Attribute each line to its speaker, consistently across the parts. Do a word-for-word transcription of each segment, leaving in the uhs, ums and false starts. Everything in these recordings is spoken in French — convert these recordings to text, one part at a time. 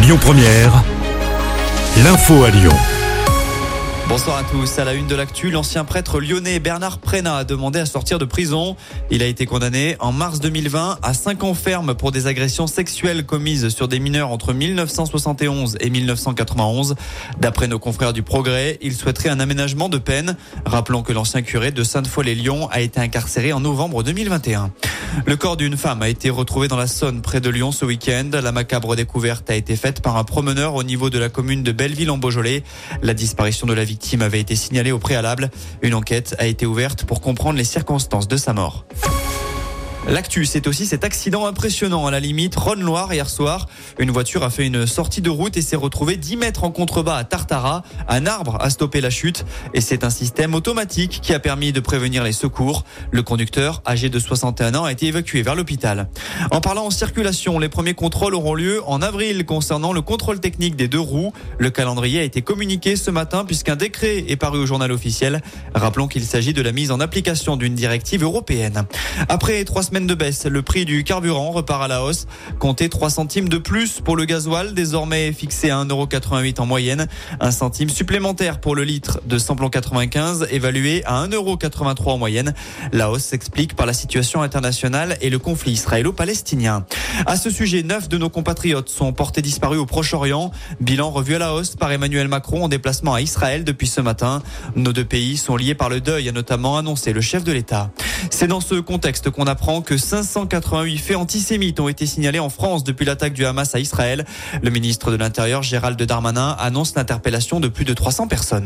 Speaker 1: Lyon Première, l'info à Lyon.
Speaker 2: Bonsoir à tous. À la une de l'actu, l'ancien prêtre lyonnais Bernard Prénat a demandé à sortir de prison. Il a été condamné en mars deux mille vingt à cinq ans ferme pour des agressions sexuelles commises sur des mineurs entre mille neuf cent soixante et onze et mille neuf cent quatre-vingt-onze. D'après nos confrères du Progrès, il souhaiterait un aménagement de peine. Rappelons que l'ancien curé de Sainte-Foy-les-Lyons a été incarcéré en novembre deux mille vingt et un. Le corps d'une femme a été retrouvé dans la Saône près de Lyon ce week-end. La macabre découverte a été faite par un promeneur au niveau de la commune de Belleville-en-Beaujolais. La disparition de la victime avait été signalée au préalable. Une enquête a été ouverte pour comprendre les circonstances de sa mort. L'actu, c'est aussi cet accident impressionnant à la limite Rhône-Loire hier soir. Une voiture a fait une sortie de route et s'est retrouvée dix mètres en contrebas à Tartaras. Un arbre a stoppé la chute et c'est un système automatique qui a permis de prévenir les secours. Le conducteur, âgé de soixante et un ans, a été évacué vers l'hôpital. En parlant en circulation, les premiers contrôles auront lieu en avril concernant le contrôle technique des deux roues. Le calendrier a été communiqué ce matin puisqu'un décret est paru au journal officiel. Rappelons qu'il s'agit de la mise en application d'une directive européenne. Après trois semaines de baisse, le prix du carburant repart à la hausse. Comptez trois centimes de plus pour le gasoil, désormais fixé à un euro quatre-vingt-huit en moyenne. Un centime supplémentaire pour le litre de samplon quatre-vingt-quinze, évalué à un euro quatre-vingt-trois en moyenne. La hausse s'explique par la situation internationale et le conflit israélo-palestinien. À ce sujet, neuf de nos compatriotes sont portés disparus au Proche-Orient. Bilan revu à la hausse par Emmanuel Macron en déplacement à Israël depuis ce matin. Nos deux pays sont liés par le deuil, a notamment annoncé le chef de l'État. C'est dans ce contexte qu'on apprend que cinq cent quatre-vingt-huit faits antisémites ont été signalés en France depuis l'attaque du Hamas à Israël. Le ministre de l'Intérieur, Gérald Darmanin, annonce l'interpellation de plus de trois cents personnes.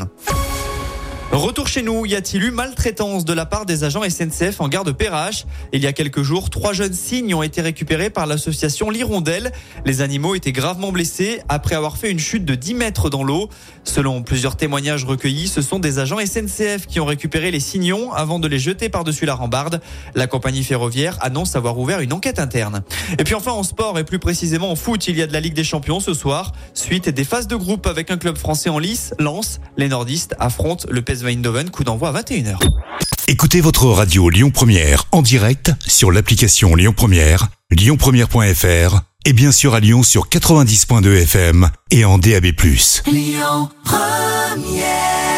Speaker 2: Retour chez nous, y a-t-il eu maltraitance de la part des agents S N C F en gare de Perrache? Il y a quelques jours, trois jeunes cygnes ont été récupérés par l'association L'Hirondelle. Les animaux étaient gravement blessés après avoir fait une chute de dix mètres dans l'eau. Selon plusieurs témoignages recueillis, ce sont des agents S N C F qui ont récupéré les cygnons avant de les jeter par-dessus la rambarde. La compagnie ferroviaire annonce avoir ouvert une enquête interne. Et puis enfin en sport et plus précisément en foot, il y a de la Ligue des Champions ce soir. Suite des phases de groupe avec un club français en lice, Lens. Les nordistes affrontent le P S V Eindhoven, coup d'envoi à vingt et une heures.
Speaker 1: Écoutez votre radio Lyon Première en direct sur l'application Lyon Première, lyon première point f r et bien sûr à Lyon sur quatre-vingt-dix point deux F M et en D A B plus.
Speaker 3: Lyon Première.